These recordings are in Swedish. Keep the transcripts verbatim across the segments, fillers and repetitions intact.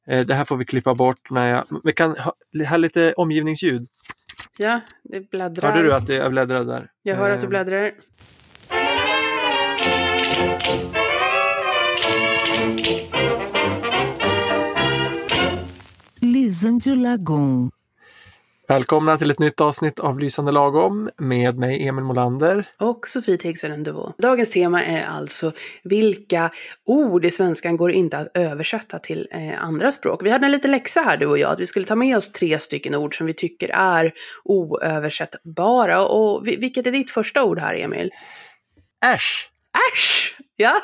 Eh, det här får vi klippa bort när jag... Vi kan ha, ha lite omgivningsljud. Ja, det bläddrar. Hörde du att det, jag bläddrar där? Jag hör eh. att du bläddrar. Lysande lagom. Välkomna till ett nytt avsnitt av Lysande lagom med mig Emil Molander. Och Sofie Tegsen Duvå. Dagens tema är alltså vilka ord i svenskan går inte att översätta till eh, andra språk. Vi hade en liten läxa här du och jag att vi skulle ta med oss tre stycken ord som vi tycker är oöversättbara. Och vilket är ditt första ord här Emil? Äsch. Äsch, ja.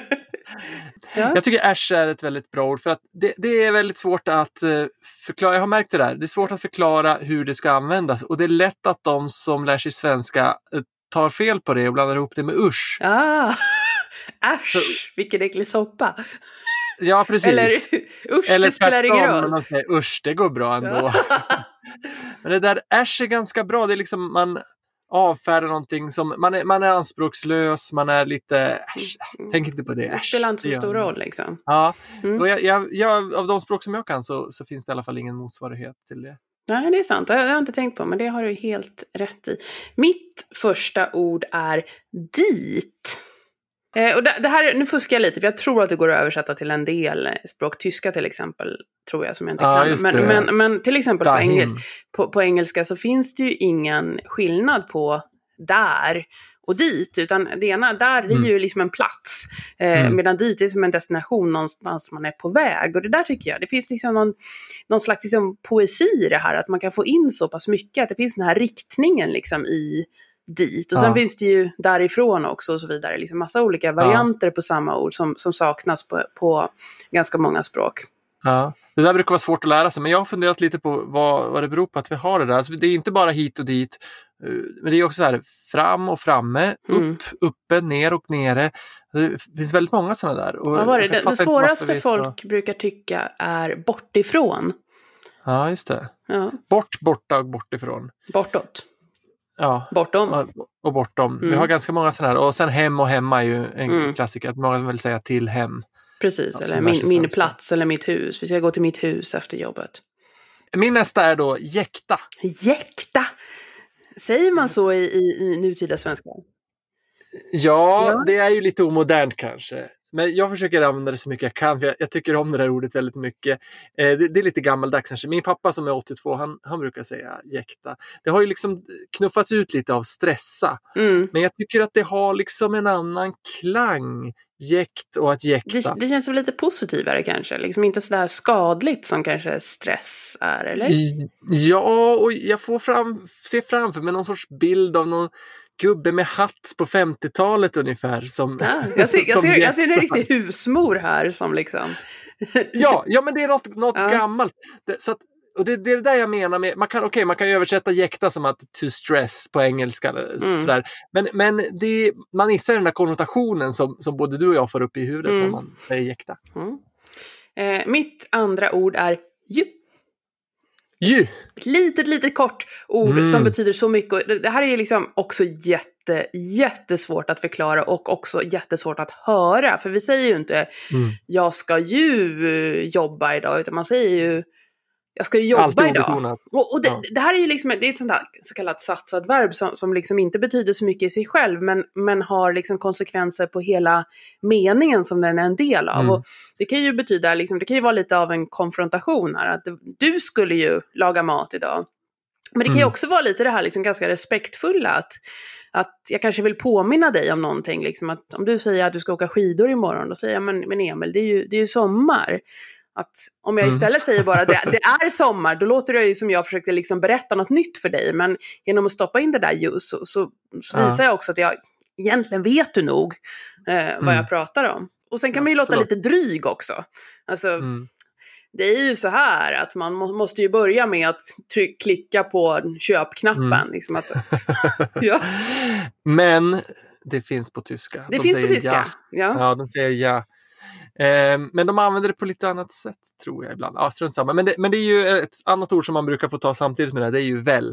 Ja. Jag tycker äsch är ett väldigt bra ord för att det, det är väldigt svårt att uh, förklara, jag har märkt det där, det är svårt att förklara hur det ska användas och det är lätt att de som lär sig svenska uh, tar fel på det och blandar ihop det med usch. Ah, äsch, så, vilken äcklig soppa. Ja, precis. Eller usch, Eller det spelar ingen roll. Man säger, usch, det går bra ändå. Men det där äsch är ganska bra, det är liksom man avfärda någonting som, man är, man är anspråkslös, man är lite, äsch, tänk inte på det. Det spelar inte så stor roll liksom. Ja, mm. och jag, jag, jag, av de språk som jag kan så, så finns det i alla fall ingen motsvarighet till det. Nej, det är sant. Det har jag inte tänkt på, men det har du helt rätt i. Mitt första ord är dit. Eh, och det, det här, nu fuskar jag lite, för jag tror att det går att översätta till en del språk. Tyska till exempel, tror jag, som jag inte ja, kan. Men, men, men till exempel på, engel, på, på engelska så finns det ju ingen skillnad på där och dit. Utan det ena, där mm. är ju liksom en plats. Eh, mm. Medan dit är som en destination någonstans man är på väg. Och det där tycker jag, det finns liksom någon, någon slags liksom poesi i det här. Att man kan få in så pass mycket. Att det finns den här riktningen liksom i dit. Och sen ja. finns det ju därifrån också och så vidare. Liksom massa olika varianter ja. på samma ord som, som saknas på, på ganska många språk. Ja, det där brukar vara svårt att lära sig. Men jag har funderat lite på vad, vad det beror på att vi har det där. Alltså, det är inte bara hit och dit. Men det är också så här fram och framme, mm. upp, uppe, ner och nere. Det finns väldigt många sådana där. Och vad var det? Det, det svåraste vis, folk och... brukar tycka är bortifrån. Ja, just det. Ja. Bort, borta och bortifrån. Bortåt. Ja, bortom. Och, och bortom. Mm. Vi har ganska många sådana här. Och sen hem och hemma är ju en mm. klassiker. Att många vill säga till hem. Precis, ja, eller min, min plats eller mitt hus. Vi ska gå till mitt hus efter jobbet. Min nästa är då jäkta. Jäkta! Säger man så i, i, i nutida svenska? Ja, ja, det är ju lite omodernt kanske. Men jag försöker använda det så mycket jag kan. För jag, jag tycker om det där ordet väldigt mycket. Eh, det, det är lite gammaldags kanske. Min pappa som är åttiotvå, han, han brukar säga jäkta. Det har ju liksom knuffats ut lite av stressa. Mm. Men jag tycker att det har liksom en annan klang. Jäkt och att jäkta. Det, det känns väl lite positivare kanske. Liksom inte sådär skadligt som kanske stress är, eller? Ja, och jag får fram, se framför mig någon sorts bild av någon gubbe med hatt på femtiotalet ungefär. Som, ja, jag, ser, jag, ser, jag ser en riktig husmor här som liksom... ja, ja, men det är något, något ja. gammalt. Det, så att, och det, det är det där jag menar med, man kan, okay, man kan ju översätta jäkta som att to stress på engelska. Mm. Sådär. Men, men det, man missar den där konnotationen som, som både du och jag får upp i huvudet mm. när man säger jäkta. Mm. Eh, mitt andra ord är ju. Ju. Litet, litet kort ord mm. som betyder så mycket. Det här är ju liksom också jätte, jättesvårt att förklara och också jättesvårt att höra. För vi säger ju inte mm. jag ska ju jobba idag, utan man säger ju jag ska ju jobba alltid idag. Och, och det, ja. det här är ju liksom det är ett sånt här så kallat satsat verb som, som liksom inte betyder så mycket i sig själv, men, men har liksom konsekvenser på hela meningen som den är en del av. Mm. Och det kan ju betyda, liksom, det kan ju vara lite av en konfrontation här, att du skulle ju laga mat idag. Men det kan ju mm. också vara lite det här liksom ganska respektfulla, att, att jag kanske vill påminna dig om någonting. Liksom, att om du säger att du ska åka skidor imorgon, då säger jag, men, men Emil, det är ju, det är ju sommar. Att om jag istället mm. säger bara att det, det är sommar, då låter det ju som jag försökte liksom berätta något nytt för dig. Men genom att stoppa in det där just så, så, så ja. visar jag också att jag egentligen vet du nog eh, vad mm. jag pratar om. Och sen kan ja, man ju låta förlåt. lite dryg också. Alltså, mm. det är ju så här att man må, måste ju börja med att tryck, klicka på köpknappen. Mm. Liksom att, ja. Men det finns på tyska. Det de finns på tyska. Ja. Ja. ja, de säger ja. Eh, men de använder det på lite annat sätt, tror jag ibland. Ja, strunt samma. Men det, men det är ju ett annat ord som man brukar få ta samtidigt med det. Det är ju väl.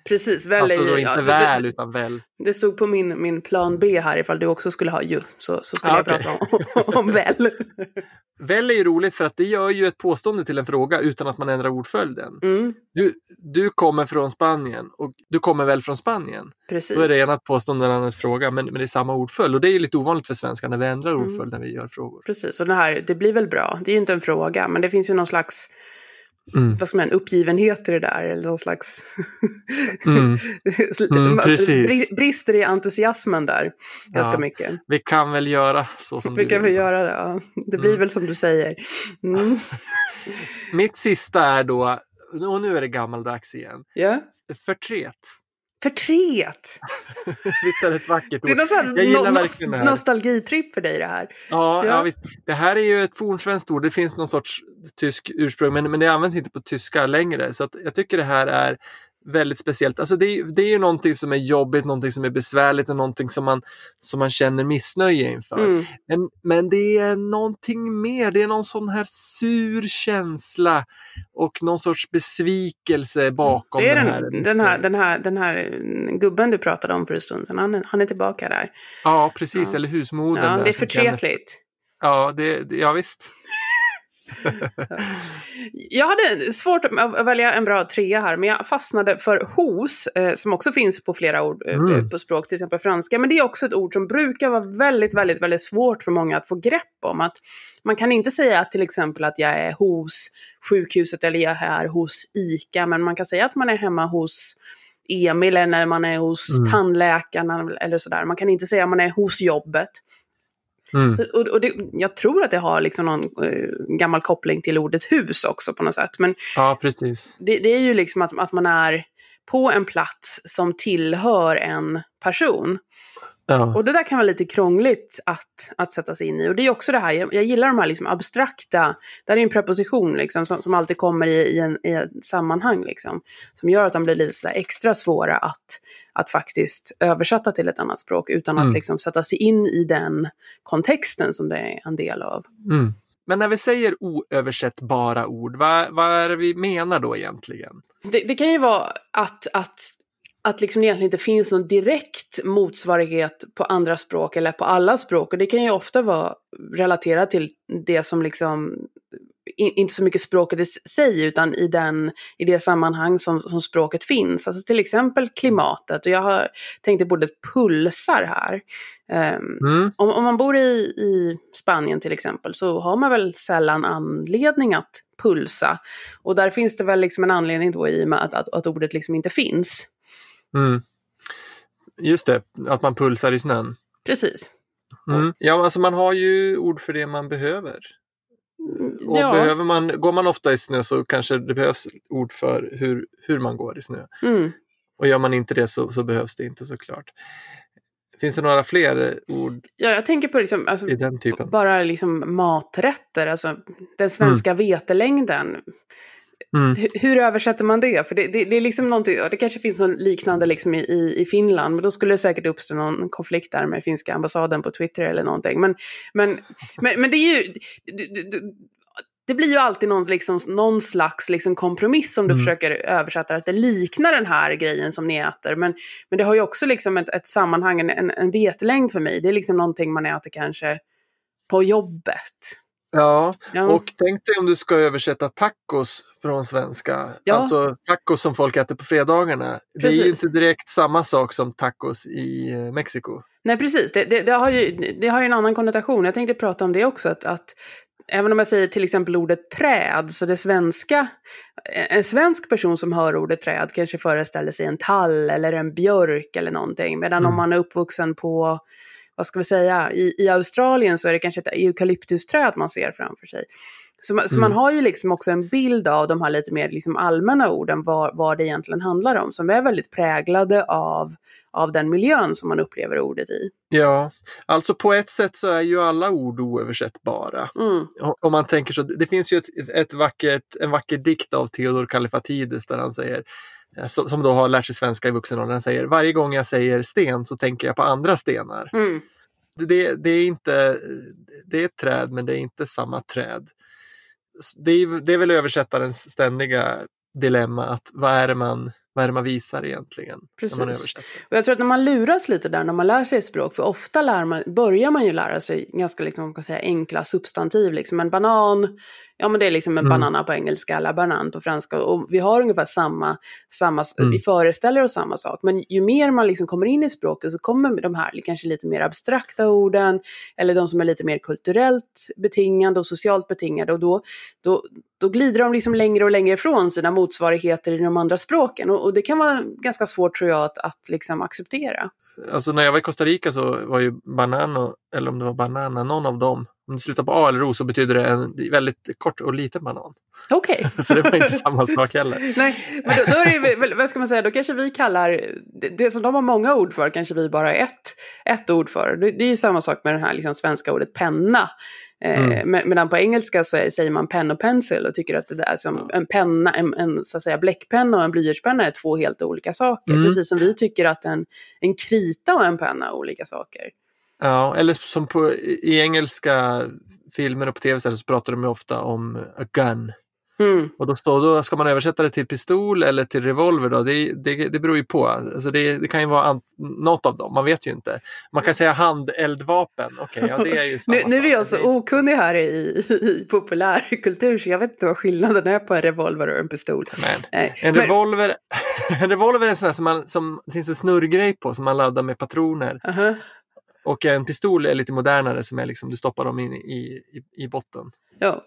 Precis, väl alltså då är, inte ja, väl det, utan väl. Det stod på min, min plan B här, ifall du också skulle ha ju, så, så skulle ah, jag okay. prata om, om väl. Väl är ju roligt för att det gör ju ett påstående till en fråga utan att man ändrar ordföljden. Mm. Du, du kommer från Spanien och du kommer väl från Spanien. Precis. Då är det ena ett påstående och en annan fråga, men, men det är samma ordföljd. Och det är ju lite ovanligt för svenskar när vi ändrar Mm. ordföljd när vi gör frågor. Precis, och det här, det blir väl bra. Det är ju inte en fråga, men det finns ju någon slags Mm. vad ska man, uppgivenhet i det där, eller någon slags mm. Mm, precis. brister i entusiasmen där ganska ja, mycket. Vi kan väl göra så som vi du kan vill. väl göra det, ja. Det blir mm. väl som du säger. Mm. Mitt sista är då, och nu är det gammaldags igen. Ja. Förtret. Förtret! Visst är det ett vackert ord. Det är någon sån jag gillar no- verkligen det här. Nostalgitripp för dig det här. Ja, ja. ja visst. Det här är ju ett fornsvenskt ord. Det finns någon sorts tysk ursprung, men, men det används inte på tyska längre. Så att jag tycker det här är väldigt speciellt. Alltså det, det är ju någonting som är jobbigt, någonting som är besvärligt och någonting som man, som man känner missnöje inför. Mm. Men, men det är någonting mer. Det är någon sån här sur känsla och någon sorts besvikelse bakom det är den, den, här, den, här, den, här, den här gubben du pratade om för en stund sedan. Han, han är tillbaka där. Ja, precis. Ja. Eller husmodern. Ja, där det är som förtretligt. Känner... Ja, det, det, ja, visst. Jag hade svårt att välja en bra trea här, men jag fastnade för hos, eh, som också finns på flera ord eh, Mm. på språk, till exempel franska. Men det är också ett ord som brukar vara väldigt, väldigt, väldigt svårt för många att få grepp om. Att man kan inte säga att till exempel att jag är hos sjukhuset eller jag är hos ICA, men man kan säga att man är hemma hos Emil eller när man är hos Mm. tandläkaren eller sådär. Man kan inte säga att man är hos jobbet. Mm. Så, och, och det, jag tror att det har liksom någon eh, gammal koppling till ordet hus också på något sätt. Men ja, precis. det, det är ju liksom att, att man är på en plats som tillhör en person. Ja. Och det där kan vara lite krångligt att, att sätta sig in i. Och det är också det här, jag, jag gillar de här liksom abstrakta, där är en preposition liksom, som, som alltid kommer i, i, en, i ett sammanhang. Liksom, som gör att de blir lite så där extra svåra att, att faktiskt översätta till ett annat språk. Utan Mm. att liksom sätta sig in i den kontexten som det är en del av. Mm. Men när vi säger oöversättbara ord, vad, vad är det vi menar då egentligen? Det, det kan ju vara att... att att liksom egentligen inte finns någon direkt motsvarighet på andra språk eller på alla språk. Och det kan ju ofta vara relaterat till det som liksom, in, inte så mycket språket i sig, utan i, den, i det sammanhang som, som språket finns. Alltså till exempel klimatet. Och jag har tänkt på ordet pulsar här. Um, mm. om, om man bor i, i Spanien till exempel, så har man väl sällan anledning att pulsa. Och där finns det väl liksom en anledning då i och med att, att, att ordet liksom inte finns. Mm. Just det, att man pulsar i snön. Precis. Mm. Ja, alltså man har ju ord för det man behöver. Och ja. behöver man, går man ofta i snö så kanske det behövs ord för hur, hur man går i snö. Mm. Och gör man inte det så, så behövs det inte såklart. Finns det några fler ord? Ja, jag tänker på liksom, alltså, i den typen? Bara liksom maträtter, alltså den svenska mm. vetelängden. Mm. Hur översätter man det? För det, det, det är liksom någonting, det kanske finns något liknande liksom i, i, i Finland, men då skulle det säkert uppstå någon konflikt där med finska ambassaden på Twitter eller någonting. Men, men, men, men det är ju, det, det, det blir ju alltid någon, liksom, någon slags liksom kompromiss om du mm. försöker översätta att det liknar den här grejen som ni äter. Men, men det har ju också liksom ett, ett sammanhang, en, en vetelängd för mig. Det är liksom någonting man äter kanske på jobbet. Ja, ja, och tänk dig om du ska översätta tacos från svenska. Ja. Alltså tacos som folk äter på fredagarna. Precis. Det är ju inte direkt samma sak som tacos i Mexiko. Nej, precis. Det, det, det, har ju, det har ju en annan konnotation. Jag tänkte prata om det också. Att, att även om jag säger till exempel ordet träd, så det svenska, en svensk person som hör ordet träd kanske föreställer sig en tall eller en björk eller någonting. Medan mm. om man är uppvuxen på, vad ska vi säga, i, i Australien så är det kanske ett eukalyptusträd man ser framför sig. Så, mm. så man har ju liksom också en bild av de här lite mer liksom allmänna orden, vad, vad det egentligen handlar om, som är väldigt präglade av, av den miljön som man upplever ordet i. Ja, alltså på ett sätt så är ju alla ord oöversättbara. Mm. Om man tänker så, det finns ju ett, ett vackert, en vacker dikt av Theodor Kallifatides där han säger, som då har lärt sig svenska i vuxen ålder, han säger: varje gång jag säger sten så tänker jag på andra stenar. Mm. Det, det är inte, det är ett träd, men det är inte samma träd. Det är, det är väl översättarens ständiga dilemma, att vad är det man, vad är det man visar egentligen. Precis. När man översätter. Och jag tror att när man luras lite där när man lär sig ett språk, för ofta lär man, börjar man ju lära sig ganska liksom, man kan säga, enkla substantiv. Liksom en banan, ja men det är liksom en mm. banana på engelska eller banan på franska. Och vi har ungefär samma, samma mm. vi föreställer oss samma sak. Men ju mer man liksom kommer in i språket så kommer de här kanske lite mer abstrakta orden, eller de som är lite mer kulturellt betingande och socialt betingade. Och då, då, då glider de liksom längre och längre ifrån sina motsvarigheter i de andra språken. Och, och det kan vara ganska svårt tror jag att, att liksom acceptera. Alltså när jag var i Costa Rica så var ju banano, eller om det var banana, någon av dem. Om det slutar på A eller O så betyder det en väldigt kort och liten banan. Okej. Okay. Så det var inte samma sak heller. Nej, men då, då är det, vad ska man säga, då kanske vi kallar, det, det som de har många ord för kanske vi bara har ett, ett ord för. Det, det är ju samma sak med det här liksom, svenska ordet penna. Mm. Eh, med, medan på engelska så är, säger man pen och pencil och tycker att det där som ja. en penna, en, en så att säga bläckpenna och en blyertspenna är två helt olika saker. Mm. Precis som vi tycker att en, en krita och en penna är olika saker. Ja, eller som på, i engelska filmer och på tv så pratar de ju ofta om a gun. Mm. Och då, står, då ska man översätta det till pistol eller till revolver då. Det, det, det beror ju på. Alltså det, det kan ju vara an, något av dem, man vet ju inte. Man kan säga handeldvapen. Okej, okay, ja det är ju samma nu, sak. Nu är jag så okunnig här i, i populärkultur så jag vet inte vad skillnaden är på en revolver och en pistol. Men, eh, en, revolver, men... en revolver är en sån här som, man, som det finns en snurrgrej på som man laddar med patroner. Uh-huh. Och en pistol är lite modernare som är liksom, du stoppar dem in i, i, i botten. Ja,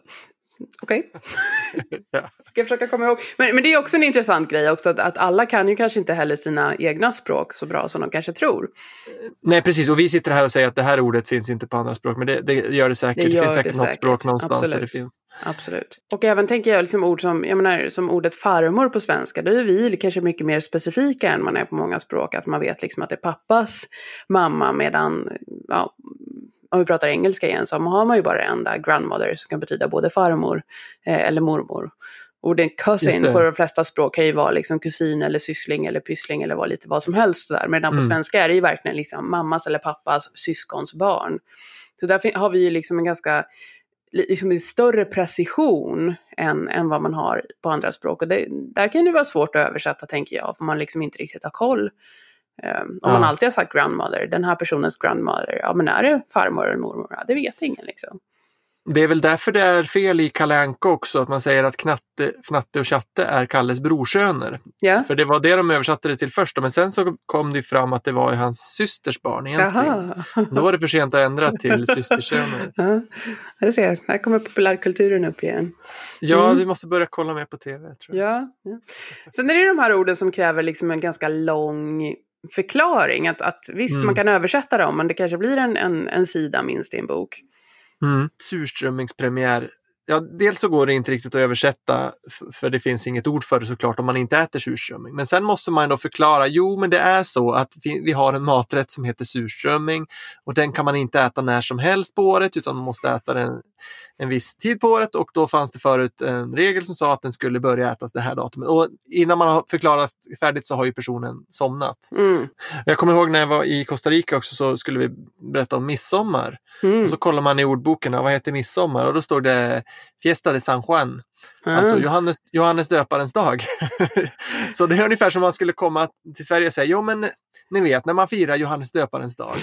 okej. Okay. ja. Ska jag försöka komma ihåg. Men, men det är också en intressant grej också att, att alla kan ju kanske inte heller sina egna språk så bra som de kanske tror. Nej, precis. Och vi sitter här och säger att det här ordet finns inte på andra språk. Men det, det gör det säkert. Det, det finns säkert det något säkert. Språk någonstans Absolut. Där det finns. Absolut. Och även tänker jag liksom ord som, jag menar, som ordet farmor på svenska. Då är vi kanske mycket mer specifika än man är på många språk. Att man vet liksom att det är pappas mamma medan, ja, om vi pratar engelska igen så har man ju bara en enda grandmother som kan betyda både farmor eh, eller mormor. Orden cousin på de flesta språk kan ju vara liksom kusin eller syssling eller pyssling eller vad lite vad som helst där. Medan mm. på svenska är det ju verkligen liksom mammas eller pappas syskons barn. Så där har vi ju liksom en ganska liksom en större precision än, än vad man har på andra språk. Och det, där kan det vara svårt att översätta tänker jag. För man liksom inte riktigt har koll. Um, om ja. Man alltid har sagt grandmother, den här personens grandmother, ja men är det farmor eller mormor? Ja, det vet ingen liksom. Det är väl därför det är fel i Kalle Anka också, att man säger att Knatte, Fnatte och Chatte är Kalles brorsöner. Ja. För det var det de översatte det till först, men sen så kom det fram att det var hans systers barn egentligen. Då var det för sent att ändra till systersöner. Ja, det ser jag. Här kommer populärkulturen upp igen. Ja, mm. vi måste börja kolla mer på tv, tror jag. Ja, ja. Sen är det de här orden som kräver liksom en ganska lång förklaring. Att, att visst, mm. man kan översätta dem, men det kanske blir en, en, en sida minst i en bok. Mm. Surströmmingspremiär. Ja, dels så går det inte riktigt att översätta för det finns inget ord för det såklart om man inte äter surströmming. Men sen måste man då förklara, jo men det är så att vi har en maträtt som heter surströmming och den kan man inte äta när som helst på året utan man måste äta den en viss tid på året och då fanns det förut en regel som sa att den skulle börja ätas det här datumet. Och innan man har förklarat färdigt så har ju personen somnat. Mm. Jag kommer ihåg när jag var i Costa Rica också så skulle vi berätta om midsommar. Mm. Och så kollar man i ordboken, vad heter midsommar? Och då står det Fiesta de San Juan. Mm. Alltså Johannes, Johannes döparens dag. Så det är ungefär som man skulle komma till Sverige och säga, jo men ni vet när man firar Johannes döparens dag.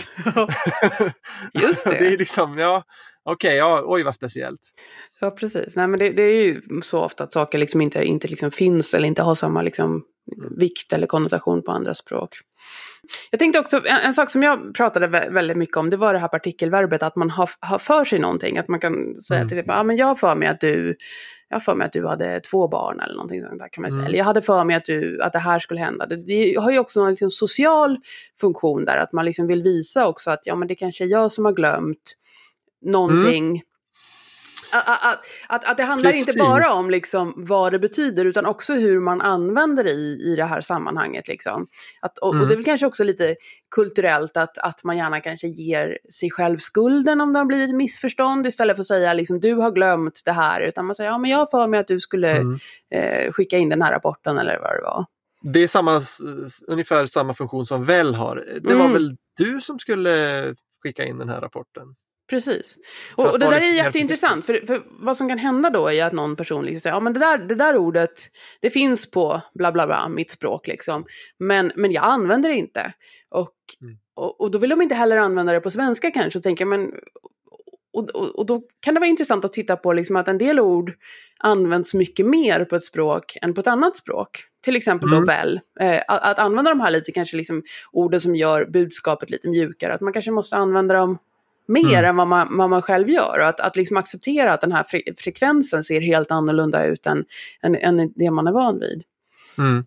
Just det. Det är liksom, ja, okej, okay, ja, oj vad speciellt. Ja, precis. Nej, men det, det är ju så ofta att saker liksom inte, inte liksom finns eller inte har samma liksom vikt eller konnotation på andra språk. Jag tänkte också, en, en sak som jag pratade väldigt mycket om, det var det här partikelverbet, att man har, har för sig någonting. Att man kan säga mm. till exempel, ja men jag har för mig att du, jag har för mig att du hade två barn eller någonting sånt där kan man säga. Mm. Eller jag hade för mig att, du, att det här skulle hända. Det, det har ju också en liksom social funktion där, att man liksom vill visa också att ja men det kanske är jag som har glömt någonting. Mm. Att, att, att, att det handlar Precis. Inte bara om liksom vad det betyder utan också hur man använder det i, i det här sammanhanget. Liksom. Att, och, mm. och det är väl kanske också lite kulturellt att, att man gärna kanske ger sig själv skulden om det har blivit missförstånd istället för att säga liksom, du har glömt det här. Utan man säger ja men jag har för mig att du skulle mm. eh, skicka in den här rapporten eller vad det var. Det är samma, ungefär samma funktion som väl har. Det mm. var väl du som skulle skicka in den här rapporten? Precis. Och, och det där är jätteintressant. För, för vad som kan hända då är att någon person liksom säger, ja men det där, det där ordet, det finns på bla bla bla, mitt språk liksom. Men, men jag använder det inte. Och, mm. och, och då vill de inte heller använda det på svenska kanske. Och tänka, men... Och, och, och då kan det vara intressant att titta på liksom att en del ord används mycket mer på ett språk än på ett annat språk. Till exempel mm. då väl. Eh, att, att använda de här lite kanske liksom orden som gör budskapet lite mjukare. Att man kanske måste använda dem mer mm. än vad man, vad man själv gör. Och att, att liksom acceptera att den här fre- frekvensen ser helt annorlunda ut än, än, än det man är van vid. Mm.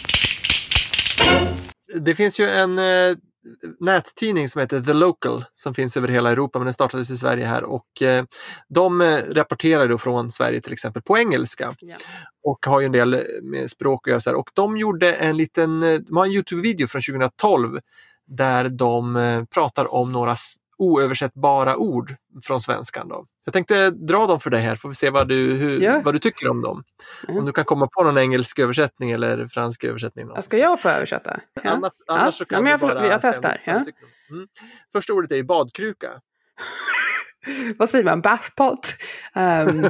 Det finns ju en... Eh... nättidning som heter The Local som finns över hela Europa, men den startades i Sverige här och eh, de rapporterar då från Sverige till exempel på engelska yeah. och har ju en del med språk att göra så här. Och de gjorde en liten, de har en YouTube-video från tjugohundratolv där de eh, pratar om några oöversättbara ord från svenskan då. Så jag tänkte dra dem för dig här, får vi se vad du, hur, yeah. vad du tycker om dem. Mm. Om du kan komma på någon engelsk översättning eller fransk översättning. Någon. Ska jag få översätta? Ja. Annars, annars ja. så kan ja, men jag, du bara... Jag testar. Ja. Mm. Första ordet är ju badkruka. Vad säger man? Bathpot? Um...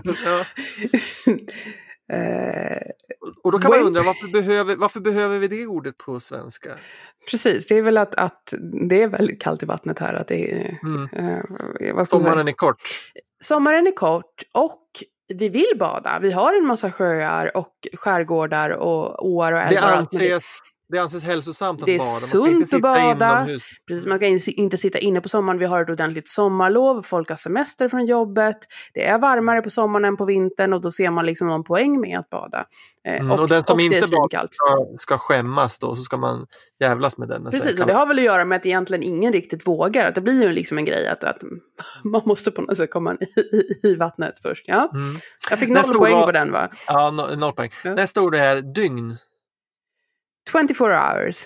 Uh, och då kan wait. man undra varför behöver, varför behöver vi det ordet på svenska? Precis, det är väl att, att det är väldigt kallt i vattnet här. Att det är, mm. uh, vad ska Sommaren är kort. Sommaren är kort och vi vill bada. Vi har en massa sjöar och skärgårdar och åar och älvar. Det anses... Det anses hälsosamt att det är bada. sunt att bada. Precis, man ska inte sitta inne på sommaren. Vi har ett ordentligt sommarlov. Folk har semester från jobbet. Det är varmare på sommaren än på vintern. Och då ser man liksom någon poäng med att bada. Mm, och, och den som och inte badar ska, ska skämmas då. Så ska man jävlas med den. Precis, och det har väl att göra med att egentligen ingen riktigt vågar. Att det blir ju liksom en grej att, att man måste på något sätt komma i, i, i vattnet först. Ja? Mm. Jag fick noll Nästa poäng var, på den va? Ja, no, noll poäng. Ja. Nästa ord är dygn. twenty-four hours.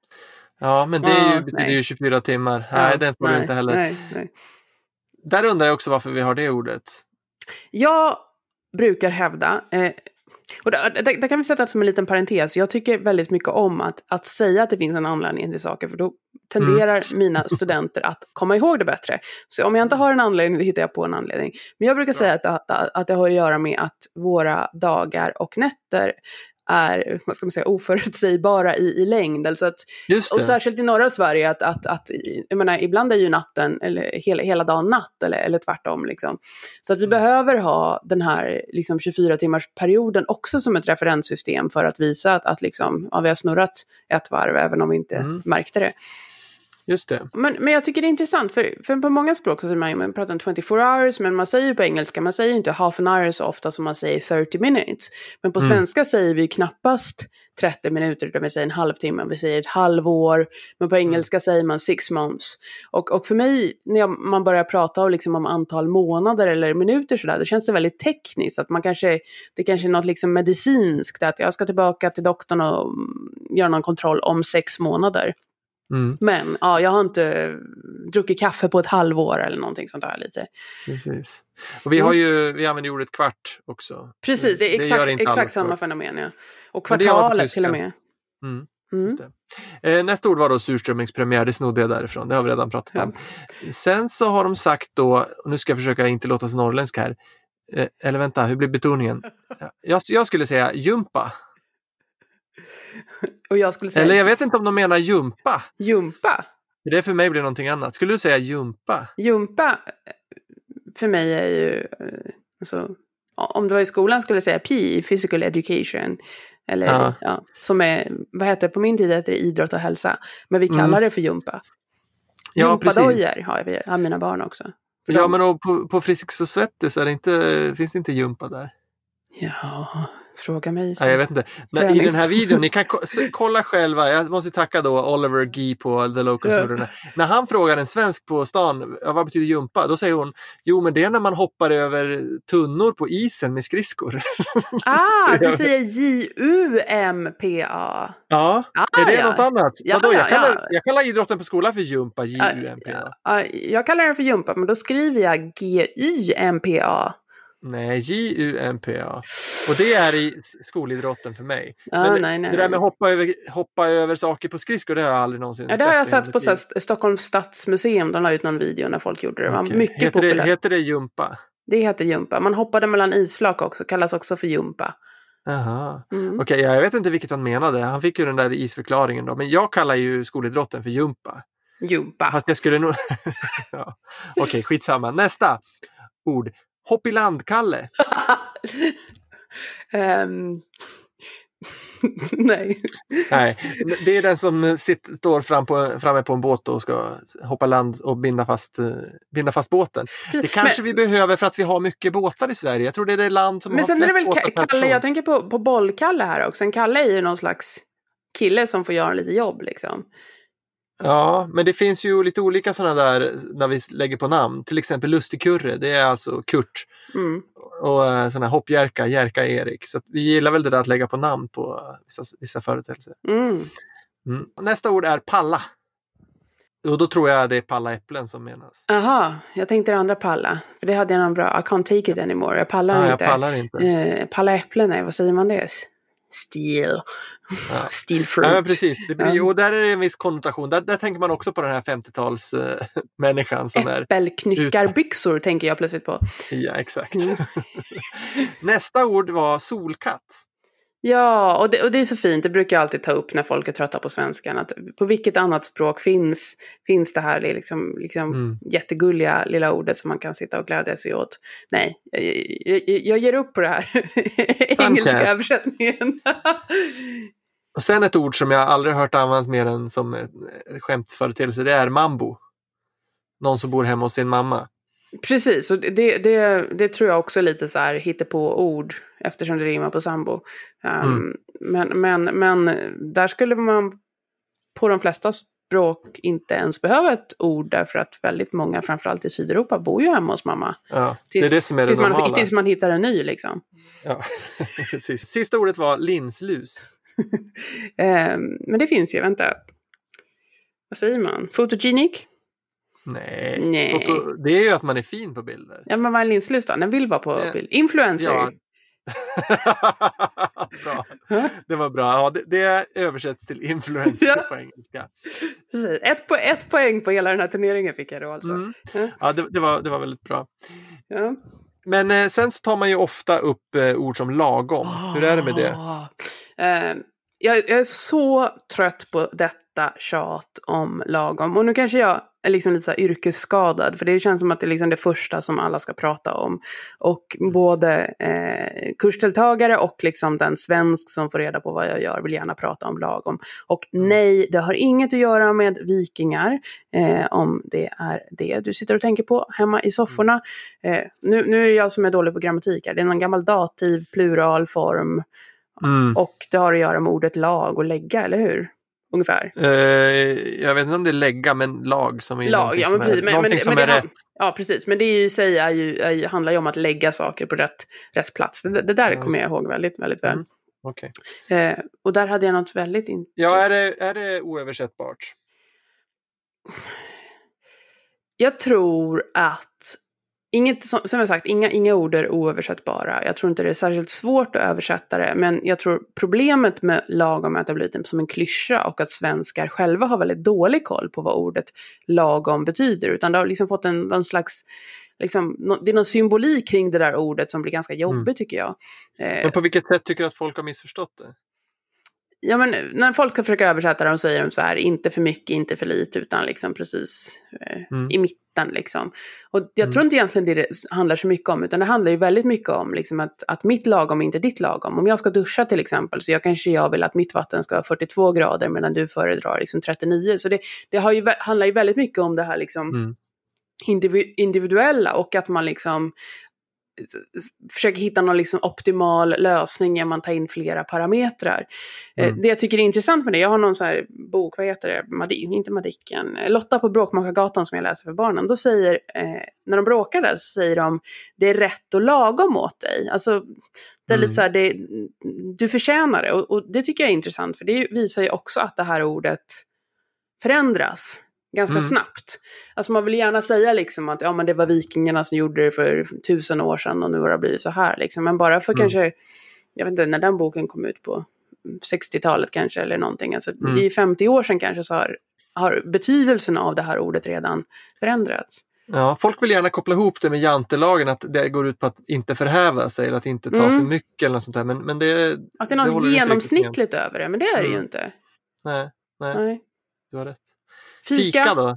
Ja, men det är ju, oh, betyder ju tjugofyra timmar. Ja, nej, den får nej, du inte heller. Nej, nej. Där undrar jag också varför vi har det ordet. Jag brukar hävda, eh, och där, där, där kan vi sätta det som en liten parentes. Jag tycker väldigt mycket om att, att säga att det finns en anledning till saker. För då tenderar mm. mina studenter att komma ihåg det bättre. Så om jag inte har en anledning, då hittar jag på en anledning. Men jag brukar ja. säga att, att, att det har att göra med att våra dagar och nätter är, vad ska man säga, oförutsägbara i, i längd. Alltså att, och särskilt i norra Sverige att, att, att jag menar, ibland är ju natten eller hela, hela dagen natt eller, eller tvärtom liksom. Så att vi mm. behöver ha den här liksom tjugofyra timmars perioden också som ett referenssystem för att visa att, att liksom, ja, vi har snurrat ett varv även om vi inte mm. märkte det. Just det. Men, men jag tycker det är intressant, för, för på många språk så säger man, man pratar om twenty-four hours, men man säger ju på engelska, man säger inte half an hour så ofta som man säger thirty minutes. Men på mm. svenska säger vi knappast trettio minuter, utan vi säger en halvtimme, vi säger ett halvår, men på engelska mm. säger man six months. Och, och för mig, när jag, man börjar prata liksom om antal månader eller minuter sådär, då känns det väldigt tekniskt, att man kanske, det kanske är något liksom medicinskt, att jag ska tillbaka till doktorn och göra någon kontroll om sex månader. Mm. Men ja, jag har inte druckit kaffe på ett halvår eller någonting sånt där lite. Precis. Och vi har ju, vi använder ordet kvart också. Precis, det är exakt, det exakt samma fenomen. Ja. Och kvartalet till och med. Mm. Mm. Det. Eh, nästa ord var då surströmmingspremiär, det snodde jag därifrån. Det har vi redan pratat om. Ja. Sen så har de sagt då, och nu ska jag försöka inte låta så norrländsk här. Eh, eller vänta, hur blir betoningen? Jag, jag skulle säga jumpa. Och jag skulle säga... Eller jag vet inte om de menar jumpa. Jumpa? Det för mig blir någonting annat. Skulle du säga jumpa? Jumpa för mig är ju... Alltså, om det var i skolan skulle jag säga P E, Physical Education. Eller, ja. Ja, som är, vad heter det? På min tid heter det idrott och hälsa. Men vi kallar mm. det för jumpa. Ja, Jumpadojor har, vi, har mina barn också. För ja, de... men då, på, på Friskis och Svettis är det inte, finns det inte jumpa där? Ja... Fråga mig. Ja, jag vet inte. När, i den här videon, ni kan ko- kolla själva. Jag måste tacka då Oliver Gee på The Local. Ja. När han frågar en svensk på stan, ja, vad betyder jumpa? Då säger hon, jo men det är när man hoppar över tunnor på isen med skridskor. Ah, du säger J U M P A. Ja, ah, är det ja. något annat? Ja, Vadå? Jag, kallar, ja. jag kallar idrotten på skolan för jumpa, J U M P A. Ja, ja, jag kallar den för jumpa, men då skriver jag G Y M P A. Nej, J U M P A. Och det är i skolidrotten för mig. Ja, Men nej, nej. det där med hoppa över, hoppa över saker på skridskor, det har jag aldrig någonsin ja, det har jag sett på så här, Stockholms stadsmuseum. De la ut någon video när folk gjorde det. Det var okay. mycket heter populärt. Det, heter det jumpa? Det heter jumpa. Man hoppade mellan isflak också. Kallas också för jumpa. Jaha. Mm. Okej, okay, jag vet inte vilket han menade. Han fick ju den där isförklaringen då. Men jag kallar ju skolidrotten för jumpa. Jumpa. Fast jag skulle nog... ja. Okej, okay, skitsamma. Nästa ord. Hopp i land, Kalle. um... Nej. Nej, det är den som sitter, står fram på, framme på en båt och ska hoppa land och binda fast, binda fast båten. Det kanske men, vi behöver för att vi har mycket båtar i Sverige. Jag tror det är det land som men har sen flest är det väl båtar. Kalle, jag tänker på, på bollkalle här också. En Kalle är ju någon slags kille som får göra lite jobb liksom. Ja, men det finns ju lite olika sådana där när vi lägger på namn. Till exempel Lustigkurre, det är alltså Kurt. Mm. Och uh, sådana här hoppjärka, Järka Erik. Så att vi gillar väl det där att lägga på namn på uh, vissa, vissa företeelser. Mm. Mm. Nästa ord är palla. Och då tror jag det är palla äpplen som menas. Aha, jag tänkte det andra palla. För det hade jag någon bra. I can't take it anymore. Jag pallar ah, inte. Jag pallar inte. Eh, palla äpplen, nej, vad säger man det? Steel. Ja. Steel fruit. Ja, precis. Det blir, och där är det en viss konnotation. Där, där tänker man också på den här femtiotals äh, människan som är... Äppelknyckarbyxor tänker jag plötsligt på. Ja, exakt. Mm. Nästa ord var solkatt. Ja, och det, och det är så fint. Det brukar jag alltid ta upp när folk är trötta på svenskan. Att på vilket annat språk finns, finns det här liksom, liksom mm. jättegulliga lilla ordet som man kan sitta och glädja sig åt. Nej, jag, jag, jag ger upp på det här. Engelska översättningen. Och sen ett ord som jag aldrig hört användas mer än som ett skämtföreteelse, det är mambo. Någon som bor hemma hos sin mamma. Precis, och det, det, det tror jag också är lite så här hittepå ord eftersom det rimmar på sambo. Um, mm. men, men, men där skulle man på de flesta språk inte ens behöva ett ord därför att väldigt många, framförallt i Sydeuropa, bor ju hemma hos mamma. Ja, tills, det är det som är det tills normala. Man, tills man hittar en ny liksom. Ja, precis. Sista ordet var linslus. um, men det finns ju, vänta. Vad säger man? Photogenic? Nej, Nej. Foto, det är ju att man är fin på bilder. Ja, men vad är linslus då? Den vill vara på ja. bild. Influencer. Ja. Bra. Det var bra. Ja, det, det översätts till influencer ja. På engelska. Precis. Ett, po- ett poäng på hela den här turneringen fick jag då alltså. Mm. Ja, ja det, det, var, det var väldigt bra. Ja. Men eh, sen så tar man ju ofta upp eh, ord som lagom. Oh. Hur är det med det? Uh, jag, jag är så trött på detta tjat om lagom. Och nu kanske jag är liksom lite så här yrkesskadad. För det känns som att det är liksom det första som alla ska prata om. Och både eh, kursdeltagare och liksom den svensk som får reda på vad jag gör vill gärna prata om lagom. Och nej, det har inget att göra med vikingar. Eh, om det är det du sitter och tänker på hemma i sofforna. Eh, nu, nu är det jag som är dålig på grammatik här. Det är någon gammal dativ, plural, form. Mm. Och det har att göra med ordet lag och lägga, eller hur? Ungefär. Uh, jag vet inte om det är lägga, men lag som är lag, ja, men som precis. är, men, någonting men, som men är rätt. Ja, precis. Men det är ju, säg, är ju, är ju, handlar ju om att lägga saker på rätt, rätt plats. Det, det där ja, kommer jag ihåg väldigt, väldigt väl. Mm. Okay. Eh, och där hade jag något väldigt intressant. Ja, är det, är det oöversättbart? Jag tror att Inget, som jag sagt, inga, inga ord är oöversättbara. Jag tror inte det är särskilt svårt att översätta det. Men jag tror problemet med lagom är att det har blivit som en klyscha. Och att svenskar själva har väldigt dålig koll på vad ordet lagom betyder. Utan det har liksom fått en, någon slags... Liksom, det är någon symbolik kring det där ordet som blir ganska jobbigt mm. tycker jag. Men på vilket sätt tycker du att folk har missförstått det? Ja, men när folk ska försöka översätta det, de säger de så här, inte för mycket, inte för lite, utan liksom precis eh, mm. i mitten liksom. Och jag mm. tror inte egentligen det, det handlar så mycket om, utan det handlar ju väldigt mycket om liksom att, att mitt lagom är inte ditt lagom. Om jag ska duscha till exempel, så jag kanske jag vill att mitt vatten ska vara fyrtiotvå grader medan du föredrar liksom trettionio. Så det, det har ju, handlar ju väldigt mycket om det här liksom mm. individu- individuella och att man liksom försöker hitta någon liksom optimal lösning när man tar in flera parametrar. Mm. Det jag tycker är intressant med det, jag har någon så här bok, vad heter det? Madi- inte Madicken. Lotta på Bråkmakargatan som jag läser för barnen. Då säger, eh, när de bråkar där så säger de, det är rätt och lagom åt dig. Alltså, det är mm. lite så här, det, du förtjänar det. Och, och det tycker jag är intressant, för det visar ju också att det här ordet förändras ganska Mm. snabbt. Alltså man vill gärna säga liksom att ja, men det var vikingarna som gjorde det för tusen år sedan och nu har det blivit så här. Liksom. Men bara för Mm. kanske, jag vet inte, när den boken kom ut på sextiotalet kanske eller någonting. Alltså, Mm. det är femtio år sedan kanske så har, har betydelsen av det här ordet redan förändrats. Ja, folk vill gärna koppla ihop det med jantelagen, att det går ut på att inte förhäva sig eller att inte ta Mm. för mycket eller något sånt där. Men, men det, Att det är något håller inte genomsnittligt över det, men det är det Mm. ju inte. Nej, nej, Nej. du har rätt. Fika. Fika då?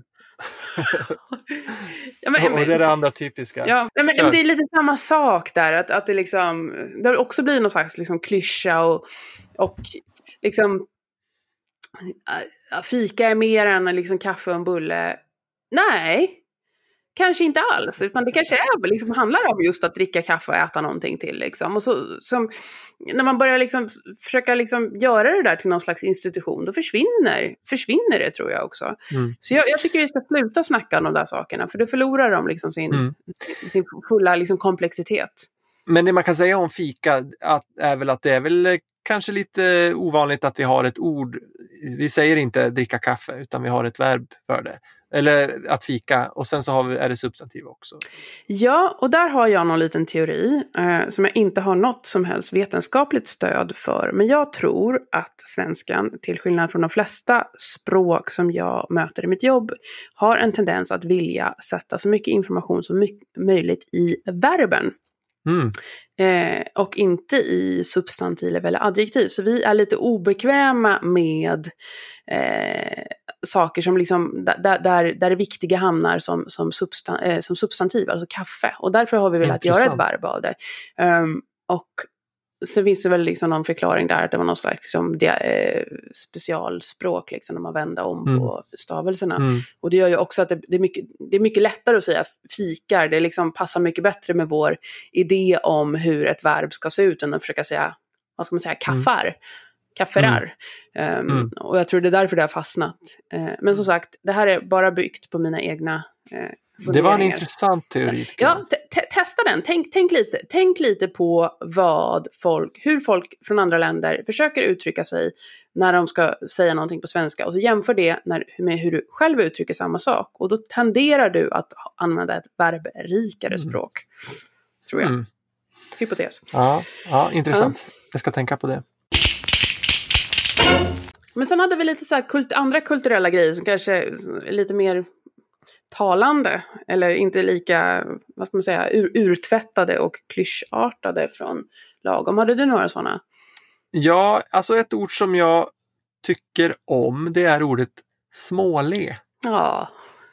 Ja, men, Och det är det andra typiska. Ja, men, men Kör. det är lite samma sak där. Att, att det liksom, det har också blivit någon slags liksom klyscha och, och liksom äh, fika är mer än liksom kaffe och en bulle. Nej, kanske inte alls. Utan det kanske är, liksom, handlar om just att dricka kaffe och äta någonting till. Liksom. Och så, som, när man börjar liksom, försöka liksom, göra det där till någon slags institution, då försvinner, försvinner det, tror jag också. Mm. Så jag, jag tycker vi ska sluta snacka om de där sakerna, för då förlorar de liksom sin, Mm. sin fulla liksom, komplexitet. Men det man kan säga om fika att, är väl att det är väl eh, kanske lite ovanligt att vi har ett ord. Vi säger inte dricka kaffe, utan vi har ett verb för det. Eller att fika, och sen så har vi, är det substantiv också. Ja, och där har jag någon liten teori eh, som jag inte har något som helst vetenskapligt stöd för. Men jag tror att svenskan, till skillnad från de flesta språk som jag möter i mitt jobb, har en tendens att vilja sätta så mycket information som mycket möjligt i verben. Mm. Eh, och inte i substantiv eller adjektiv. Så vi är lite obekväma med eh, saker som liksom, där, där, där det viktiga hamnar som, som, substan, eh, som substantiv, alltså kaffe. Och därför har vi velat göra ett verb av det. Um, och så finns det väl liksom någon förklaring där att det var någon slags liksom, det, eh, specialspråk liksom, när man vände om Mm. på stavelserna. Mm. Och det gör ju också att det, det, är, mycket, det är mycket lättare att säga fikar. Det liksom passar mycket bättre med vår idé om hur ett verb ska se ut än att försöka säga, vad ska man säga, kaffar. Mm. Kafferar. Um, Mm. Och jag tror det är därför det har fastnat. Uh, men som sagt, det här är bara byggt på mina egna uh, Det var en intressant teori. Ja, te- te- testa den. Tänk, tänk, lite, tänk lite på vad folk, hur folk från andra länder försöker uttrycka sig när de ska säga någonting på svenska. Och så jämför det när, med hur du själv uttrycker samma sak. Och då tenderar du att använda ett verbrikare Mm. språk. Tror jag. Mm. Hypotes. Ja, ja, intressant. Ja. Jag ska tänka på det. Men sen hade vi lite så här kult- andra kulturella grejer som kanske är lite mer talande. Eller inte lika, vad ska man säga, ur- urtvättade och klyschartade från lagom. Hade du några sådana? Ja, alltså ett ord som jag tycker om, det är ordet småle. Ja.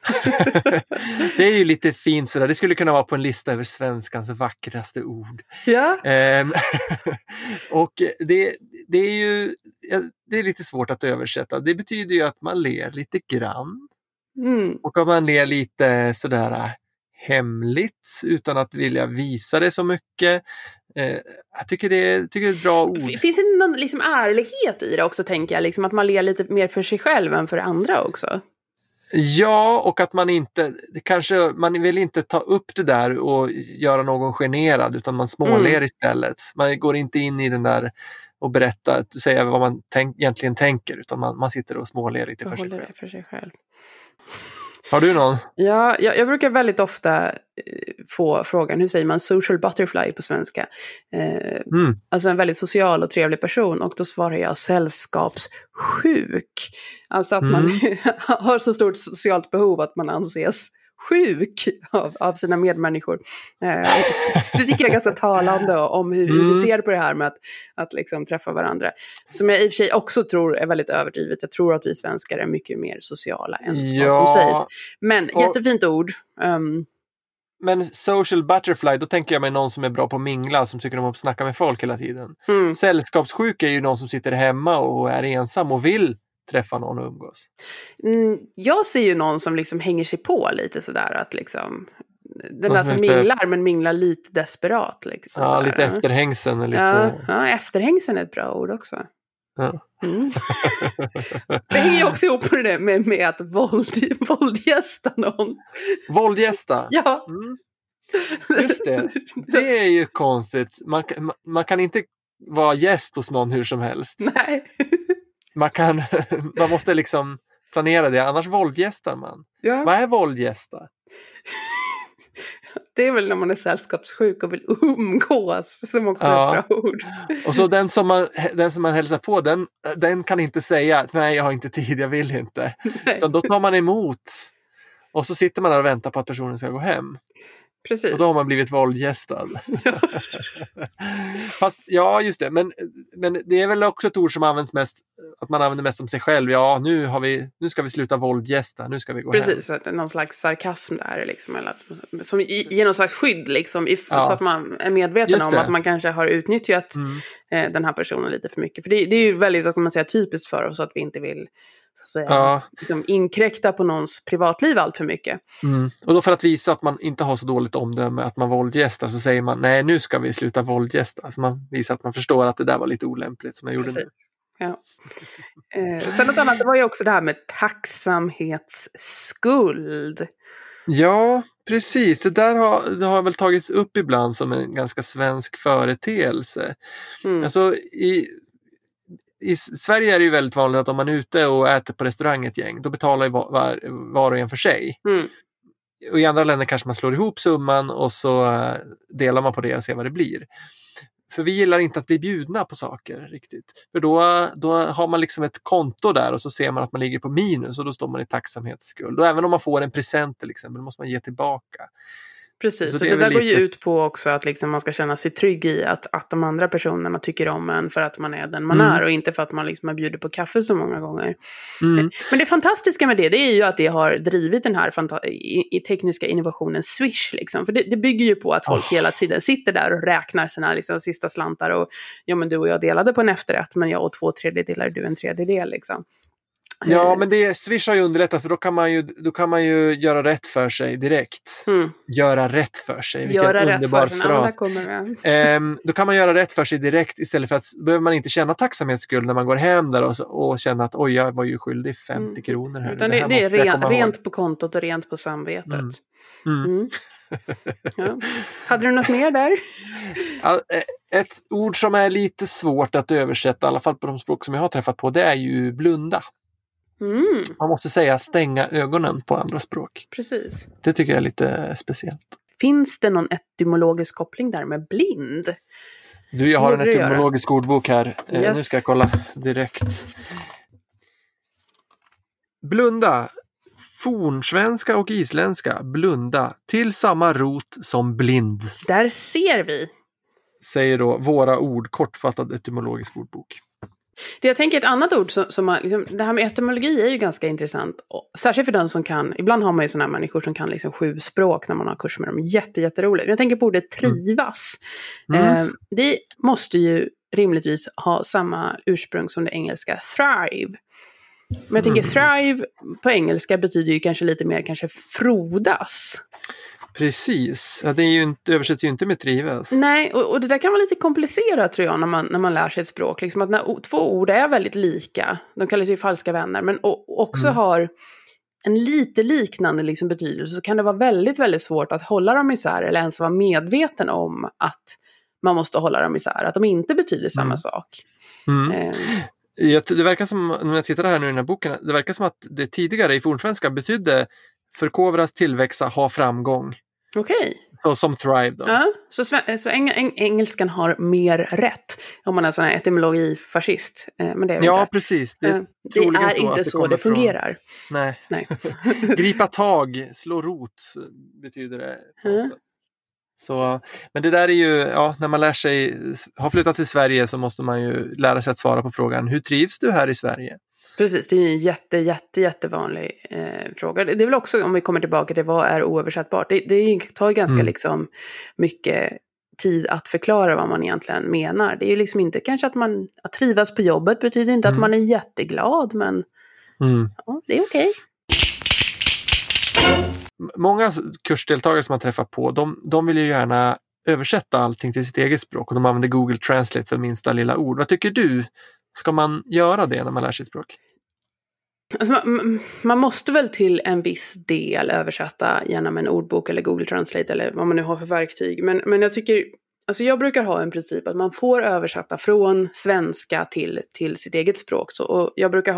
Det är ju lite fint sådär. Det skulle kunna vara på en lista över svenskans vackraste ord. Ja. Ehm, och det, det är ju det är lite svårt att översätta. Det betyder ju att man ler lite grann. Mm. Och att man ler lite sådär hemligt utan att vilja visa det så mycket. Eh, jag tycker det, är, tycker det är ett bra ord. Finns det någon liksom ärlighet i det också, tänker jag? Liksom att man ler lite mer för sig själv än för andra också? Ja, och att man inte, kanske, man vill inte ta upp det där och göra någon generad, utan man småler Mm. istället. Man går inte in i den där och berätta, säga vad man tänk, egentligen tänker, utan man, man sitter och småler lite för sig Håller själv. det för sig själv. Har du någon? Ja, jag, jag brukar väldigt ofta eh, få frågan, hur säger man social butterfly på svenska? Eh, Mm. Alltså en väldigt social och trevlig person, och då svarar jag sällskapssjuk. Alltså att man har så stort socialt behov att man anses sjuk av, av sina medmänniskor. Eh, det tycker jag är ganska talande om hur, hur Mm. vi ser på det här med att, att liksom träffa varandra. Som jag i och för sig också tror är väldigt överdrivet. Jag tror att vi svenskar är mycket mer sociala än Ja. vad som sägs. Men Och- jättefint ord. Um, Men social butterfly, då tänker jag mig någon som är bra på att mingla, som tycker om att snacka med folk hela tiden. mm. Sällskapssjuk är ju någon som sitter hemma och är ensam och vill träffa någon och umgås. Mm, jag ser ju någon som liksom hänger sig på lite sådär, att liksom den Någon där som som är lite- minglar, men minglar lite desperat liksom, Ja, sådär. lite efterhängsen. Och lite... Ja, ja, efterhängsen är ett bra ord också. Ja. Mm. Det hänger ju också ihop med det med, med att våld, våldgästa någon. Våldgästa. Ja. Mm. Just det. Det är ju konstigt. Man, kan- man, man kan inte vara gäst hos någon hur som helst. Nej. Man kan, man måste liksom planera det, annars våldgästar man. Ja. Vad är våldgästa? Det är väl när man är sällskapssjuk och vill umgås, som också ja. är ett bra ord. Och så den som man, den som man hälsar på, den, den kan inte säga nej, jag har inte tid, jag vill inte. Utan då tar man emot. Och så sitter man där och väntar på att personen ska gå hem. Precis. Och då har man blivit våldgästad. Ja. Fast, ja, just det. Men, men det är väl också ett ord som används mest, att man använder mest som sig själv. Ja, nu, har vi, nu ska vi sluta våldgästa, nu ska vi gå Precis, hem. Precis, någon slags sarkasm där. Liksom, eller att, som ger någon slags skydd, liksom, if, ja. så att man är medveten om att man kanske har utnyttjat mm. eh, den här personen lite för mycket. För det, det är ju väldigt, vad ska man säga, typiskt för oss att vi inte vill så att säga, ja. liksom, inkräkta på någons privatliv allt för mycket. Mm. Och då för att visa att man inte har så dåligt omdöme att man våldgästar, så säger man nej, nu ska vi sluta våldgästa. Alltså man visar att man förstår att det där var lite olämpligt som jag gjorde Precis. nu. Ja. Eh, sen något annat, det var ju också det här med tacksamhetsskuld. Ja, precis. Det där har, det har väl tagits upp ibland som en ganska svensk företeelse. Mm. Alltså i I Sverige är det ju väldigt vanligt att om man är ute och äter på restaurang ett gäng, då betalar ju var, var, var och en för sig. Mm. Och i andra länder kanske man slår ihop summan och så delar man på det och ser vad det blir. För vi gillar inte att bli bjudna på saker riktigt. För då, då har man liksom ett konto där och så ser man att man ligger på minus och då står man i tacksamhetsskuld. Och även om man får en present till exempel, måste man ge tillbaka. Precis, så, så det, det där lite... går ju ut på också att liksom man ska känna sig trygg i att, att de andra personerna tycker om en för att man är den man mm. är och inte för att man liksom har bjudit på kaffe så många gånger. Mm. Men det fantastiska med det, det är ju att det har drivit den här fanta- i, i tekniska innovationen Swish. Liksom. För det, det bygger ju på att folk oh. hela tiden sitter där och räknar sina liksom, sista slantar och ja, men du och jag delade på en efterrätt men jag åt två tredjedelar, du en tredjedel liksom. Ja, men det Swish har ju underlättat för då kan man ju, då kan man ju göra rätt för sig direkt. Mm. Göra rätt för sig. Vilken göra underbar rätt för sig. fras. Kommer ehm, då kan man göra rätt för sig direkt istället för att behöver man inte känna tacksamhetsskuld när man går hem där och, och känna att oj, jag var ju skyldig femtio mm. kronor här. Utan det, det, det är ren, rent på kontot och rent på samvetet. Mm. Mm. Mm. Ja. Hade du något mer där? Ett ord som är lite svårt att översätta, i alla fall på de språk som jag har träffat på, det är ju blunda. Mm. Man måste säga stänga ögonen på andra språk. Precis. Det tycker jag är lite speciellt. Finns det någon etymologisk koppling där med blind? Du, jag har en etymologisk ordbok här. Yes. Eh, nu ska jag kolla direkt. Blunda. Fornsvenska och isländska. Blunda. Till samma rot som blind. Där ser vi. Säger då våra ord, kortfattad etymologisk ordbok. Det jag tänker ett annat ord som, som man, liksom, det här med etymologi är ju ganska intressant. Och, särskilt för den som kan, ibland har man ju sådana här människor som kan liksom sju språk när man har kurs med dem. Jätte, jätteroligt. Jag tänker på ordet trivas. Mm. Eh, det måste ju rimligtvis ha samma ursprung som det engelska thrive. Men jag tänker thrive på engelska betyder ju kanske lite mer kanske frodas. Precis, ja, det är ju inte, översätts ju inte med trivas. Nej, och, och det där kan vara lite komplicerat tror jag när man, när man lär sig ett språk. Liksom att när två ord är väldigt lika, de kallas ju falska vänner, men och, också mm. har en lite liknande liksom betydelse, så kan det vara väldigt, väldigt svårt att hålla dem isär eller ens vara medveten om att man måste hålla dem isär, att de inte betyder samma mm. sak. Mm. Eh. Jag, det verkar som, när jag tittar här nu i den här boken, det verkar som att det tidigare i fornsvenska betydde förkovras, tillväxa, ha framgång. Okej. Okay. Så som thrive då. Ja, så, så eng, eng, engelskan har mer rätt om man är sån här etymologifascist. Eh, men det är ja, inte. precis. Det, eh, det är inte det så det fungerar. Från... Nej. Nej. Gripa tag, slå rot betyder det. Mm. Så, men det där är ju, ja, när man lär sig, har flyttat till Sverige så måste man ju lära sig att svara på frågan, hur trivs du här i Sverige? Precis, det är ju en jätte, jätte, jättevanlig eh, fråga. Det är väl också, om vi kommer tillbaka till vad är oöversättbart, det, det tar ju ganska mm. liksom mycket tid att förklara vad man egentligen menar. Det är ju liksom inte kanske att man, att trivas på jobbet betyder inte mm. att man är jätteglad, men mm. ja, det är okej. Okay. Många kursdeltagare som man träffar på, de, de vill ju gärna översätta allting till sitt eget språk och de använder Google Translate för minsta lilla ord. Vad tycker du? Ska man göra det när man lär sig språk? Alltså man, man måste väl till en viss del översätta genom en ordbok eller Google Translate eller vad man nu har för verktyg. Men, men jag tycker, alltså jag brukar ha en princip att man får översätta från svenska till, till sitt eget språk. Så, och jag brukar ha ett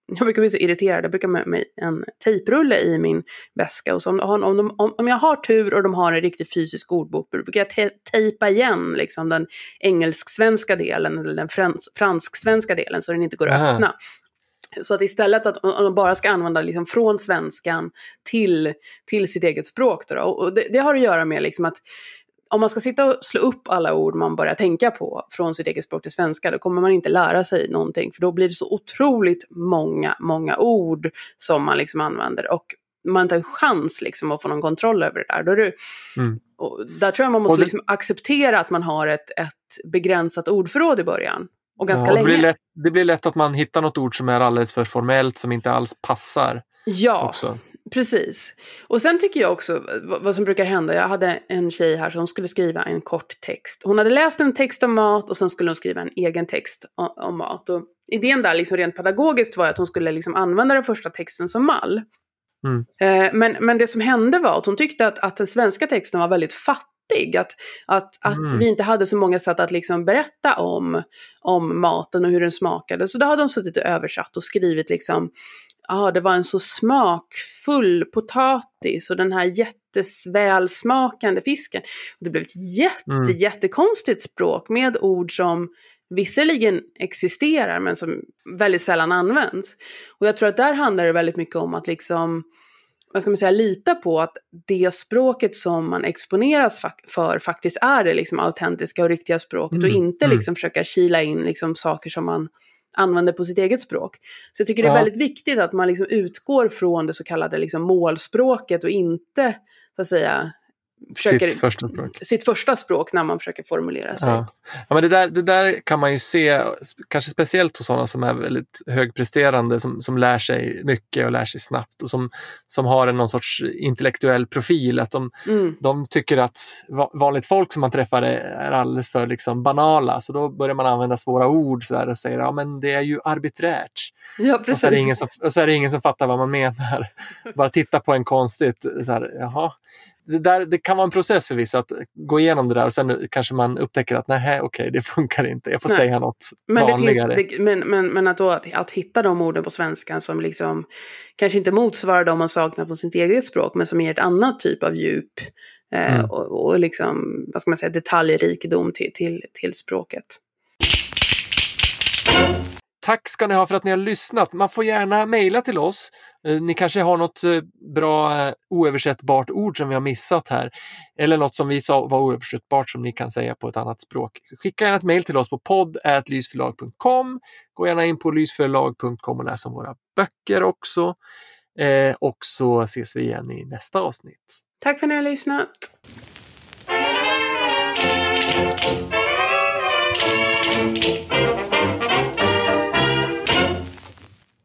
jag brukar bli så irriterad. Jag brukar med mig en tejprulle i min väska. Och så om, om, de, om, om jag har tur och de har en riktig fysisk ordbok, brukar jag te- tejpa igen liksom, den engelsk-svenska delen eller den frans- fransk-svenska delen så den inte går att Aha. öppna. Så att istället att om man bara ska använda liksom från svenskan till, till sitt eget språk. Då, och det, det har att göra med liksom att om man ska sitta och slå upp alla ord man börjar tänka på från sitt eget språk till svenska, då kommer man inte lära sig någonting. För då blir det så otroligt många, många ord som man liksom använder. Och man inte har en chans liksom att få någon kontroll över det där. Då är det, Mm. och där tror jag man måste det, liksom acceptera att man har ett, ett begränsat ordförråd i början. Och ganska ja, länge. Det blir, lätt, det blir lätt att man hittar något ord som är alldeles för formellt, som inte alls passar. Ja, också. Precis. Och sen tycker jag också, vad, vad som brukar hända, jag hade en tjej här som skulle skriva en kort text. Hon hade läst en text om mat och sen skulle hon skriva en egen text om, om mat. Och idén där liksom rent pedagogiskt var att hon skulle liksom använda den första texten som mall. Mm. Eh, men, men det som hände var att hon tyckte att, att den svenska texten var väldigt fattig. Att, att, att Mm. vi inte hade så många sätt att liksom berätta om, om maten och hur den smakade. Så då hade hon suttit och översatt och skrivit liksom, ja, ah, det var en så smakfull potatis och den här jättesvälsmakande fisken. Och det blev ett jätte, Mm. jättekonstigt språk med ord som visserligen existerar men som väldigt sällan används. Och jag tror att där handlar det väldigt mycket om att liksom, vad ska man säga, lita på att det språket som man exponeras för faktiskt är det liksom autentiska och riktiga språket. Mm. Och inte Mm. liksom försöka kila in liksom saker som man använder på sitt eget språk. Så jag tycker det är Ja. väldigt viktigt att man liksom utgår från det så kallade liksom målspråket och inte, så att säga, försöker, Sitt första språk. sitt första språk när man försöker formulera sig. Ja. Ja, men det, där, det där kan man ju se, kanske speciellt hos sådana som är väldigt högpresterande, som, som lär sig mycket och lär sig snabbt och som, som har en någon sorts intellektuell profil, att de, Mm. de tycker att va- vanligt folk som man träffar är, är alldeles för liksom banala, så då börjar man använda svåra ord så där och säger, ja men det är ju arbiträrt. Ja, Och precis. så, är det ingen som, och så är det ingen som fattar vad man menar. Bara titta på en konstigt så här, jaha. Det, där, det kan vara en process för vissa att gå igenom det där och sen kanske man upptäcker att nej, okej, det funkar inte. Jag får Nej. säga något Men, det vanligare. finns, det, men, men, men att, då, att, att hitta de orden på svenskan som liksom kanske inte motsvarar de man saknar från sitt eget språk, men som ger ett annat typ av djup eh, Mm. och, och liksom, vad ska man säga, detaljrikedom till, till, till språket. Tack ska ni ha för att ni har lyssnat. Man får gärna mejla till oss. Eh, Ni kanske har något eh, bra eh, oöversättbart ord som vi har missat här. Eller något som vi sa var oöversättbart som ni kan säga på ett annat språk. Skicka gärna ett mejl till oss på podd at lysförlag punkt com. Gå gärna in på lysförlag punkt com och läs om våra böcker också. Eh, och så ses vi igen i nästa avsnitt. Tack för att ni har lyssnat.